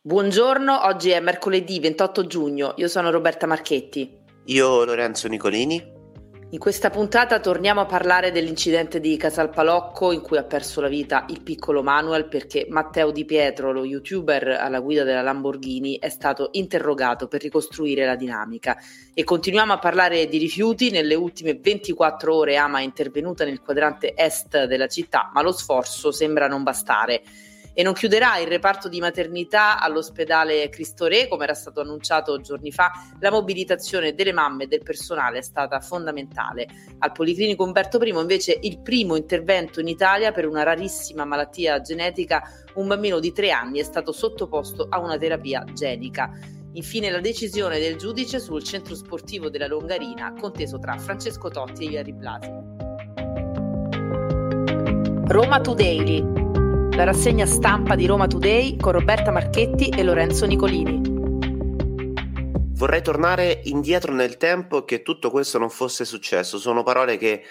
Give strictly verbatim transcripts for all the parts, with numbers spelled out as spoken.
Buongiorno, oggi è mercoledì ventotto giugno, io sono Roberta Marchetti. Io Lorenzo Nicolini. In questa puntata torniamo a parlare dell'incidente di Casalpalocco in cui ha perso la vita il piccolo Manuel perché Matteo Di Pietro, lo youtuber alla guida della Lamborghini, è stato interrogato per ricostruire la dinamica. E continuiamo a parlare di rifiuti. Nelle ultime ventiquattro ore Ama è intervenuta nel quadrante est della città, ma lo sforzo sembra non bastare. E non chiuderà il reparto di maternità all'ospedale Cristo Re, come era stato annunciato giorni fa. La mobilitazione delle mamme e del personale è stata fondamentale. Al Policlinico Umberto I invece il primo intervento in Italia per una rarissima malattia genetica. Un bambino di tre anni è stato sottoposto a una terapia genica. Infine la decisione del giudice sul centro sportivo della Longarina, conteso tra Francesco Totti e Iari Blasi. Roma Today, la rassegna stampa di Roma Today con Roberta Marchetti e Lorenzo Nicolini. Vorrei tornare indietro nel tempo e che tutto questo non fosse successo. Sono parole che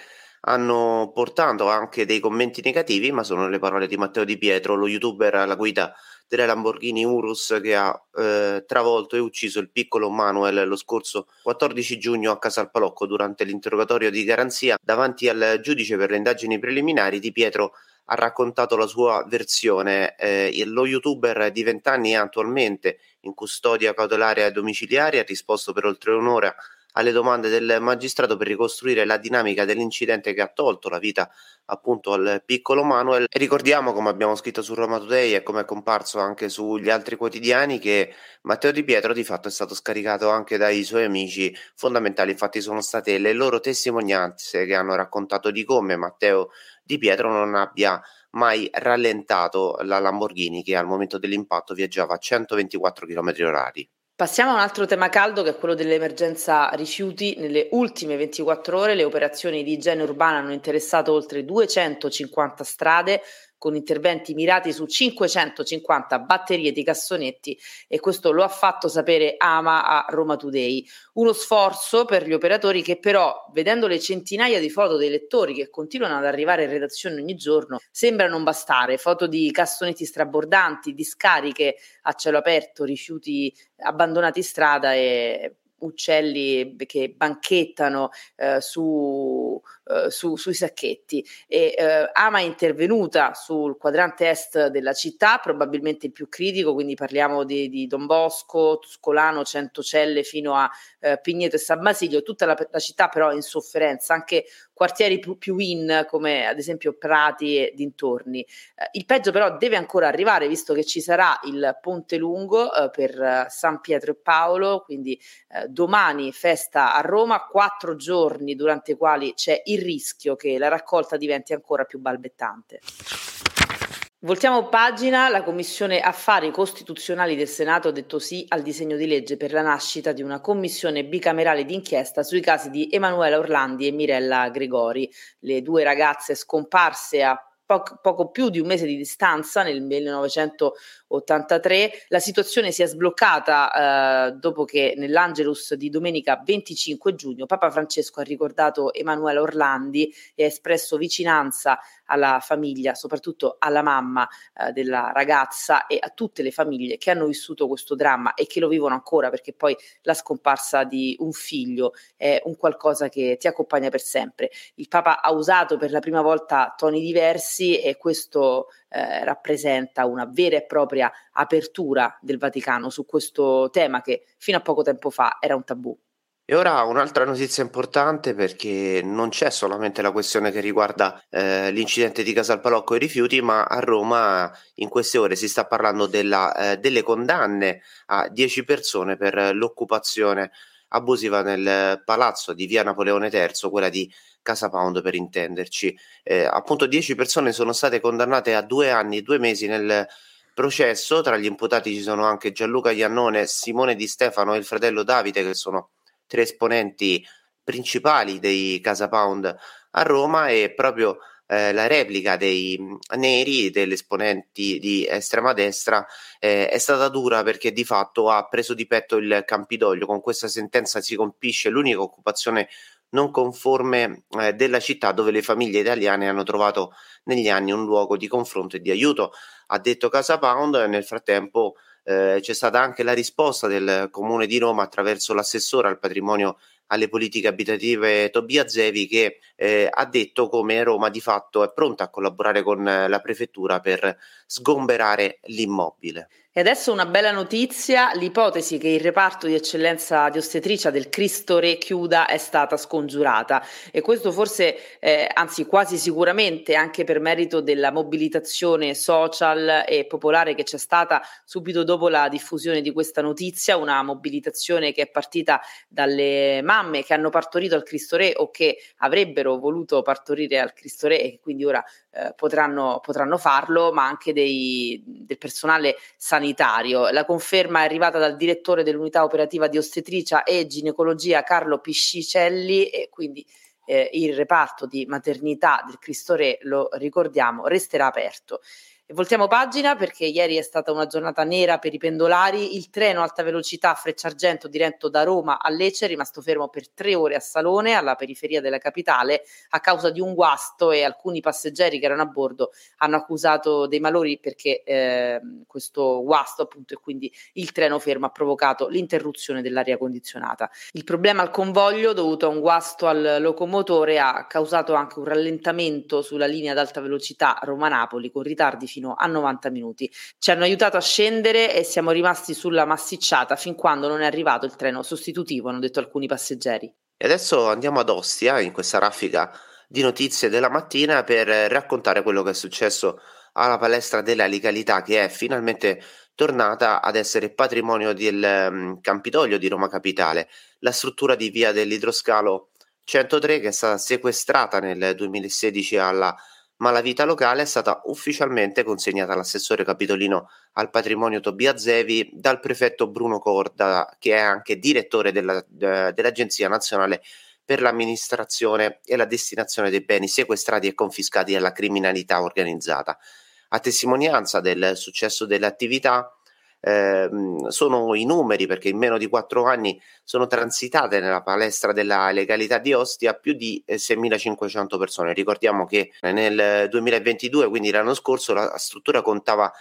hanno portato anche dei commenti negativi, ma sono le parole di Matteo Di Pietro, lo youtuber alla guida delle Lamborghini Urus, che ha eh, travolto e ucciso il piccolo Manuel lo scorso quattordici giugno a Casalpalocco. Durante l'interrogatorio di garanzia davanti al giudice per le indagini preliminari, Di Pietro ha raccontato la sua versione. Eh, lo youtuber di venti anni è attualmente in custodia cautelare domiciliare, ha risposto per oltre un'ora alle domande del magistrato per ricostruire la dinamica dell'incidente che ha tolto la vita appunto al piccolo Manuel. E ricordiamo, come abbiamo scritto su Roma Today e come è comparso anche sugli altri quotidiani, che Matteo Di Pietro di fatto è stato scaricato anche dai suoi amici fondamentali. Infatti sono state le loro testimonianze che hanno raccontato di come Matteo Di Pietro non abbia mai rallentato la Lamborghini, che al momento dell'impatto viaggiava a centoventiquattro chilometri orari. Passiamo a un altro tema caldo, che è quello dell'emergenza rifiuti. Nelle ultime ventiquattro ore le operazioni di igiene urbana hanno interessato oltre duecentocinquanta strade, con interventi mirati su cinquecentocinquanta batterie di cassonetti, e questo lo ha fatto sapere Ama a Roma Today. Uno sforzo per gli operatori che però, vedendo le centinaia di foto dei lettori che continuano ad arrivare in redazione ogni giorno, sembra non bastare. Foto di cassonetti strabordanti, discariche a cielo aperto, rifiuti abbandonati in strada e uccelli che banchettano eh, su, eh, su, sui sacchetti. E eh, Ama è intervenuta sul quadrante est della città, probabilmente il più critico, quindi parliamo di, di Don Bosco, Tuscolano, Centocelle fino a eh, Pigneto e San Basilio. Tutta la, la città però è in sofferenza, anche quartieri più, più in come ad esempio Prati e dintorni. Eh, il peggio però deve ancora arrivare, visto che ci sarà il Ponte Lungo eh, per eh, San Pietro e Paolo, quindi eh, domani festa a Roma, quattro giorni durante i quali c'è il rischio che la raccolta diventi ancora più balbettante. Voltiamo pagina. La Commissione Affari Costituzionali del Senato ha detto sì al disegno di legge per la nascita di una commissione bicamerale d'inchiesta sui casi di Emanuela Orlandi e Mirella Gregori, le due ragazze scomparse a Poco, poco più di un mese di distanza nel millenovecentottantatré. La situazione si è sbloccata eh, dopo che nell'Angelus di domenica venticinque giugno Papa Francesco ha ricordato Emanuela Orlandi e ha espresso vicinanza alla famiglia, soprattutto alla mamma eh, della ragazza e a tutte le famiglie che hanno vissuto questo dramma e che lo vivono ancora, perché poi la scomparsa di un figlio è un qualcosa che ti accompagna per sempre. Il Papa ha usato per la prima volta toni diversi e questo eh, rappresenta una vera e propria apertura del Vaticano su questo tema che fino a poco tempo fa era un tabù. E ora un'altra notizia importante, perché non c'è solamente la questione che riguarda eh, l'incidente di Casalpalocco e i rifiuti, ma a Roma in queste ore si sta parlando della, eh, delle condanne a dieci persone per l'occupazione abusiva nel palazzo di via Napoleone terzo, quella di Casa Pound per intenderci. Eh, appunto dieci persone sono state condannate a due anni e due mesi nel processo. Tra gli imputati ci sono anche Gianluca Iannone, Simone Di Stefano e il fratello Davide, che sono tre esponenti principali dei Casa Pound a Roma, e proprio eh, la replica dei neri, degli esponenti di estrema destra, eh, è stata dura, perché di fatto ha preso di petto il Campidoglio. Con questa sentenza si compie l'unica occupazione non conforme eh, della città, dove le famiglie italiane hanno trovato negli anni un luogo di confronto e di aiuto, ha detto Casa Pound. Nel frattempo Eh, c'è stata anche la risposta del Comune di Roma attraverso l'assessore al patrimonio alle politiche abitative Tobia Zevi, che eh, ha detto come Roma di fatto è pronta a collaborare con la prefettura per sgomberare l'immobile. E adesso una bella notizia: l'ipotesi che il reparto di eccellenza di ostetricia del Cristo Re chiuda è stata scongiurata, e questo forse, eh, anzi quasi sicuramente, anche per merito della mobilitazione social e popolare che c'è stata subito dopo la diffusione di questa notizia, una mobilitazione che è partita dalle mamme che hanno partorito al Cristo Re o che avrebbero voluto partorire al Cristo Re e quindi ora eh, potranno, potranno farlo, ma anche dei, del personale sanitario. La conferma è arrivata dal direttore dell'unità operativa di ostetricia e ginecologia Carlo Piscicelli, e quindi eh, il reparto di maternità del Cristo Re, lo ricordiamo, resterà aperto. E voltiamo pagina, perché ieri è stata una giornata nera per i pendolari. Il treno alta velocità Frecciargento diretto da Roma a Lecce è rimasto fermo per tre ore a Salone, alla periferia della capitale, a causa di un guasto, e alcuni passeggeri che erano a bordo hanno accusato dei malori perché eh, questo guasto, appunto, e quindi il treno fermo ha provocato l'interruzione dell'aria condizionata. Il problema al convoglio, dovuto a un guasto al locomotore, ha causato anche un rallentamento sulla linea ad alta velocità Roma-Napoli, con ritardi fino a novanta minuti. Ci hanno aiutato a scendere e siamo rimasti sulla massicciata fin quando non è arrivato il treno sostitutivo, hanno detto alcuni passeggeri. E adesso andiamo ad Ostia, in questa raffica di notizie della mattina, per raccontare quello che è successo alla palestra della legalità, che è finalmente tornata ad essere patrimonio del um, Campidoglio di Roma Capitale. La struttura di via dell'Idroscalo centotré, che è stata sequestrata nel duemilasedici alla malavita locale, è stata ufficialmente consegnata all'assessore capitolino al patrimonio Tobia Zevi dal prefetto Bruno Corda, che è anche direttore della, eh, dell'Agenzia Nazionale per l'amministrazione e la destinazione dei beni sequestrati e confiscati alla criminalità organizzata. A testimonianza del successo dell'attività eh, sono i numeri, perché in meno di quattro anni sono transitate nella palestra della legalità di Ostia più di eh, seimilacinquecento persone. Ricordiamo che nel duemilaventidue, quindi l'anno scorso, la struttura contava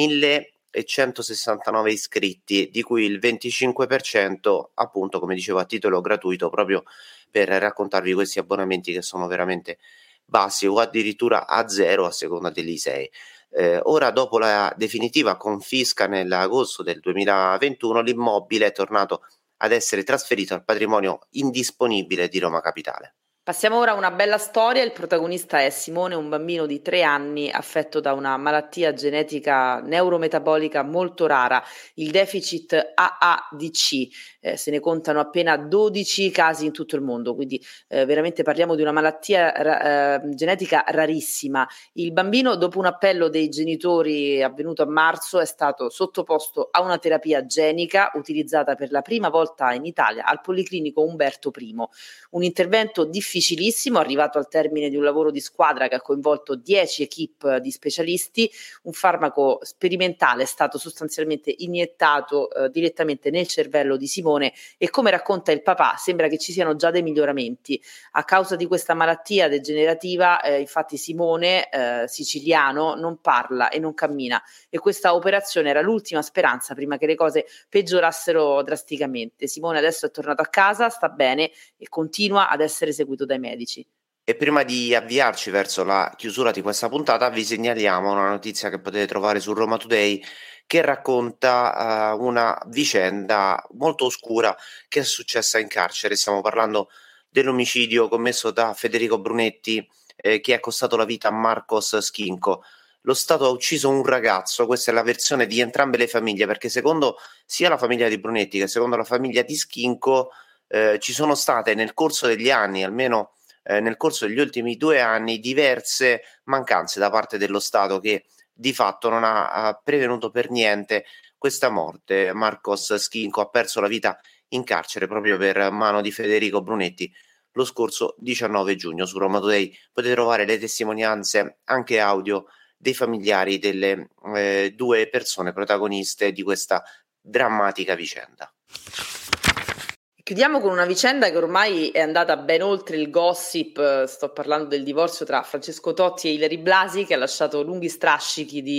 millecentosessantanove iscritti, di cui il venticinque per cento, appunto, come dicevo, a titolo gratuito, proprio per raccontarvi questi abbonamenti che sono veramente bassi, o addirittura a zero a seconda dell'I S E E. Eh, ora, dopo la definitiva confisca nell'agosto del duemilaventuno, l'immobile è tornato ad essere trasferito al patrimonio indisponibile di Roma Capitale. Passiamo ora a una bella storia. Il protagonista è Simone, un bambino di tre anni affetto da una malattia genetica neurometabolica molto rara, il deficit A A D C. Eh, se ne contano appena dodici casi in tutto il mondo, quindi eh, veramente parliamo di una malattia ra- eh, genetica rarissima. Il bambino, dopo un appello dei genitori avvenuto a marzo, è stato sottoposto a una terapia genica utilizzata per la prima volta in Italia al Policlinico Umberto I. Un intervento difficilissimo, arrivato al termine di un lavoro di squadra che ha coinvolto dieci equip di specialisti. Un farmaco sperimentale è stato sostanzialmente iniettato eh, direttamente nel cervello di Simone, e, come racconta il papà, sembra che ci siano già dei miglioramenti. A causa di questa malattia degenerativa, eh, infatti Simone, eh, siciliano, non parla e non cammina, e questa operazione era l'ultima speranza prima che le cose peggiorassero drasticamente. Simone adesso è tornato a casa, sta bene e continua ad essere seguito dai medici. E prima di avviarci verso la chiusura di questa puntata, vi segnaliamo una notizia che potete trovare su Roma Today, che racconta uh, una vicenda molto oscura che è successa in carcere. Stiamo parlando dell'omicidio commesso da Federico Brunetti, eh, che è costato la vita a Marcos Schinco. Lo Stato ha ucciso un ragazzo, questa è la versione di entrambe le famiglie, perché secondo sia la famiglia di Brunetti che secondo la famiglia di Schinco eh, ci sono state nel corso degli anni, almeno eh, nel corso degli ultimi due anni, diverse mancanze da parte dello Stato, che di fatto non ha, ha prevenuto per niente questa morte. Marcos Schinco ha perso la vita in carcere proprio per mano di Federico Brunetti lo scorso diciannove giugno. Su Roma Today potete trovare le testimonianze anche audio dei familiari delle eh, due persone protagoniste di questa drammatica vicenda. Chiudiamo con una vicenda che ormai è andata ben oltre il gossip. Sto parlando del divorzio tra Francesco Totti e Ilary Blasi, che ha lasciato lunghi strascichi di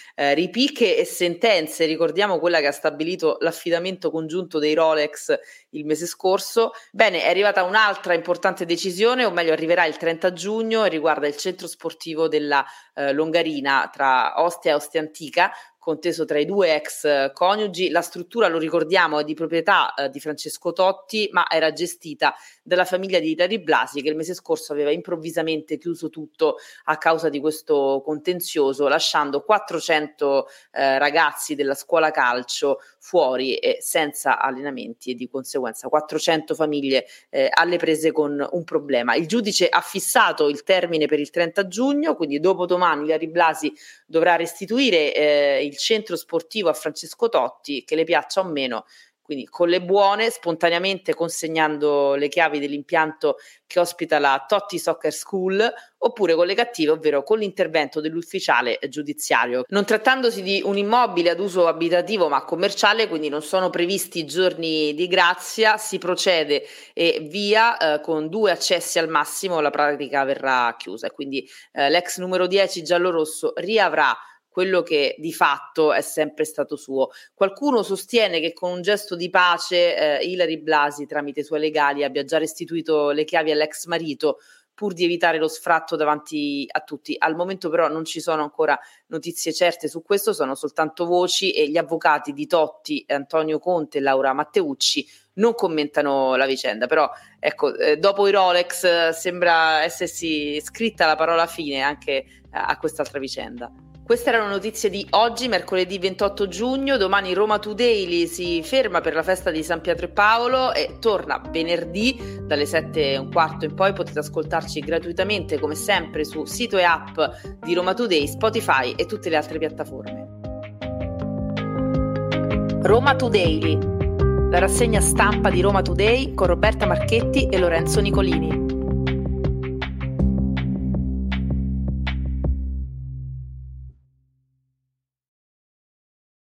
Eh, ripicche e sentenze, ricordiamo quella che ha stabilito l'affidamento congiunto dei Rolex il mese scorso. Bene, è arrivata un'altra importante decisione, o meglio arriverà il trenta giugno, e riguarda il centro sportivo della eh, Longarina tra Ostia e Ostia Antica, conteso tra i due ex coniugi. La struttura, lo ricordiamo, è di proprietà eh, di Francesco Totti, ma era gestita dalla famiglia di Ilary Blasi, che il mese scorso aveva improvvisamente chiuso tutto a causa di questo contenzioso, lasciando quattrocento eh, ragazzi della scuola calcio fuori e senza allenamenti, e di conseguenza quattrocento famiglie eh, alle prese con un problema. Il giudice ha fissato il termine per il trenta giugno, quindi dopodomani Ilary Blasi dovrà restituire eh, il centro sportivo a Francesco Totti, che le piaccia o meno, quindi con le buone, spontaneamente consegnando le chiavi dell'impianto che ospita la Totti Soccer School, oppure con le cattive, ovvero con l'intervento dell'ufficiale giudiziario. Non trattandosi di un immobile ad uso abitativo ma commerciale, quindi non sono previsti giorni di grazia, si procede e via eh, con due accessi al massimo, la pratica verrà chiusa, e quindi eh, l'ex numero dieci giallorosso riavrà quello che di fatto è sempre stato suo. Qualcuno sostiene che con un gesto di pace eh, Ilary Blasi, tramite i suoi legali, abbia già restituito le chiavi all'ex marito pur di evitare lo sfratto davanti a tutti. Al momento però non ci sono ancora notizie certe su questo, sono soltanto voci, e gli avvocati di Totti, Antonio Conte e Laura Matteucci, non commentano la vicenda. Però ecco, eh, dopo i Rolex eh, sembra essersi scritta la parola fine anche eh, a quest'altra vicenda. Queste erano notizie di oggi, mercoledì ventotto giugno. Domani Roma Today si ferma per la festa di San Pietro e Paolo e torna venerdì dalle sette e un quarto in poi. Potete ascoltarci gratuitamente come sempre su sito e app di Roma Today, Spotify e tutte le altre piattaforme. Roma Today, la rassegna stampa di Roma Today con Roberta Marchetti e Lorenzo Nicolini.